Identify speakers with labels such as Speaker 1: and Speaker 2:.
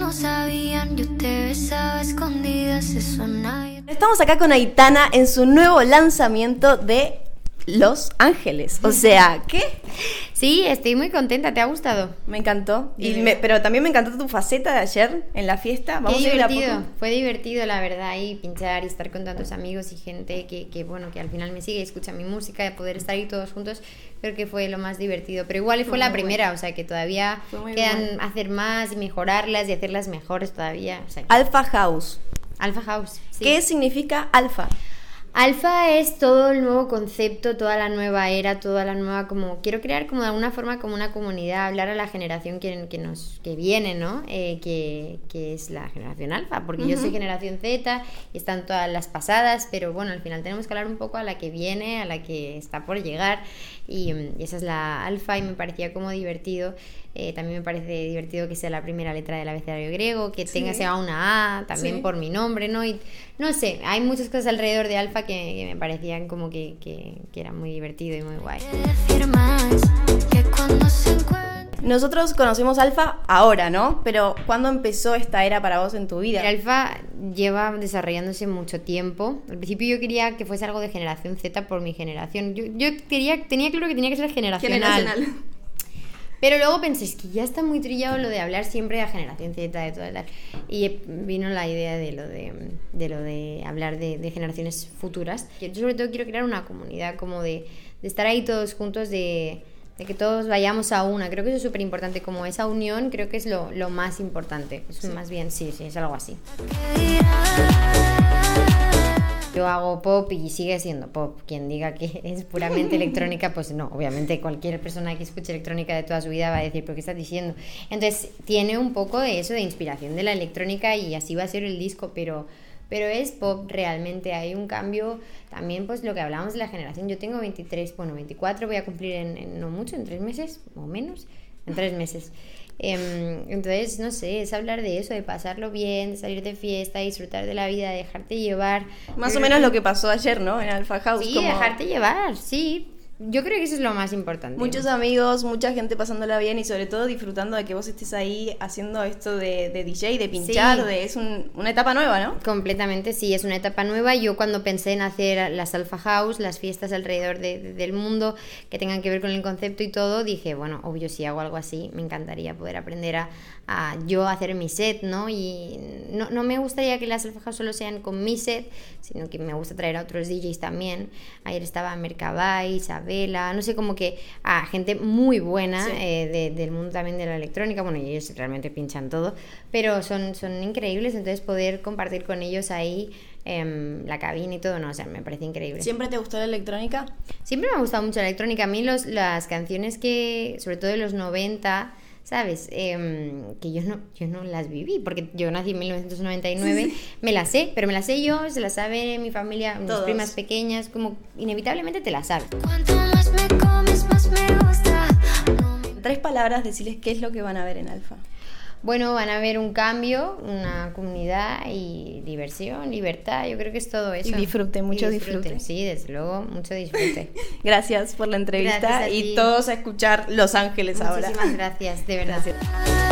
Speaker 1: no sabían, yo te besaba a escondidas, eso nadie.
Speaker 2: Estamos acá con Aitana en su nuevo lanzamiento de Los Ángeles. O sea, ¿qué?
Speaker 3: Sí, estoy muy contenta, ¿te ha gustado?
Speaker 2: Me encantó. Pero también me encantó tu faceta de ayer en la fiesta. Vamos
Speaker 3: Qué
Speaker 2: a ir a
Speaker 3: divertido,
Speaker 2: poco.
Speaker 3: fue divertido la verdad, y pinchar y estar con tantos amigos y gente que bueno, que al final me sigue y escucha mi música, y poder estar ahí todos juntos, creo que fue lo más divertido. Pero igual fue la primera, o sea que todavía quedan hacer más y mejorarlas y hacerlas mejores todavía. O sea,
Speaker 2: Alpha House.
Speaker 3: Alpha House, sí.
Speaker 2: ¿Qué significa alfa?
Speaker 3: Alfa es todo el nuevo concepto, toda la nueva era, toda la nueva, como quiero crear como de alguna forma como una comunidad, hablar a la generación que viene, ¿no? Que es la generación alfa, porque yo soy generación Z y están todas las pasadas, pero bueno, al final tenemos que hablar un poco a la que viene, a la que está por llegar, y esa es la alfa, y me parecía como divertido. También me parece divertido que sea la primera letra del abecedario griego, que sea una A, también por mi nombre, ¿no? Y no sé, hay muchas cosas alrededor de alfa que me parecían como que era muy divertido y muy guay.
Speaker 2: Nosotros conocimos Alfa ahora, ¿no? Pero ¿cuándo empezó esta era para vos en tu vida?
Speaker 3: El Alfa lleva desarrollándose mucho tiempo. Al principio yo quería que fuese algo de generación Z por mi generación. Yo tenía claro que tenía que ser generacional. Pero luego pensé, es que ya está muy trillado lo de hablar siempre a generación Z, de todo tal. Y vino la idea de lo de hablar de generaciones futuras. Yo sobre todo quiero crear una comunidad como de estar ahí todos juntos, de que todos vayamos a una. Creo que eso es súper importante, como esa unión creo que es lo más importante. Es más bien, sí, es algo así. Yo hago pop y sigue siendo pop. Quien diga que es puramente electrónica, pues no. Obviamente cualquier persona que escuche electrónica de toda su vida va a decir, ¿pero qué estás diciendo? Entonces tiene un poco de eso, de inspiración de la electrónica, y así va a ser el disco, pero es pop realmente. Hay un cambio también, pues lo que hablábamos de la generación. Yo tengo 24, voy a cumplir en no mucho, en 3 meses o menos, en 3 meses. Entonces, no sé, es hablar de eso, de pasarlo bien, de salir de fiesta, disfrutar de la vida, de dejarte llevar.
Speaker 2: Más o menos lo que pasó ayer, ¿no? En Alpha House.
Speaker 3: Sí, dejarte llevar, sí. Yo creo que eso es lo más importante.
Speaker 2: Muchos amigos, mucha gente pasándola bien, y sobre todo disfrutando de que vos estés ahí haciendo esto de DJ, de pinchar, es una etapa nueva, ¿no?
Speaker 3: Completamente, sí, es una etapa nueva. Yo cuando pensé en hacer las Alpha House, las fiestas alrededor del mundo que tengan que ver con el concepto y todo, dije, bueno, obvio, si hago algo así, me encantaría poder aprender a yo hacer mi set, ¿no? Y no me gustaría que las Alpha House solo sean con mi set, sino que me gusta traer a otros DJs también. Ayer estaba Mercabay, Isabela, no sé, como que gente muy buena, del mundo también de la electrónica. Bueno, y ellos realmente pinchan todo, pero son increíbles. Entonces poder compartir con ellos ahí la cabina y todo, no, o sea, me parece increíble.
Speaker 2: ¿Siempre te gustó la electrónica?
Speaker 3: Siempre me ha gustado mucho la electrónica. A mí las canciones que, sobre todo de los 90... ¿sabes? Que yo no las viví, porque yo nací en 1999, me las sé, pero me las sé yo, se las sabe mi familia, mis primas pequeñas, como inevitablemente te las sabes.
Speaker 1: Cuanto más me comes, más me gusta.
Speaker 2: 3 palabras, decirles qué es lo que van a ver en Alfa.
Speaker 3: Bueno, van a ver un cambio, una comunidad y diversión, libertad, yo creo que es todo eso.
Speaker 2: Y disfrute, mucho disfrute.
Speaker 3: Sí, desde luego, mucho disfrute.
Speaker 2: Gracias por la entrevista y todos a escuchar Los Ángeles ahora.
Speaker 3: Muchísimas gracias, de verdad.
Speaker 2: Gracias.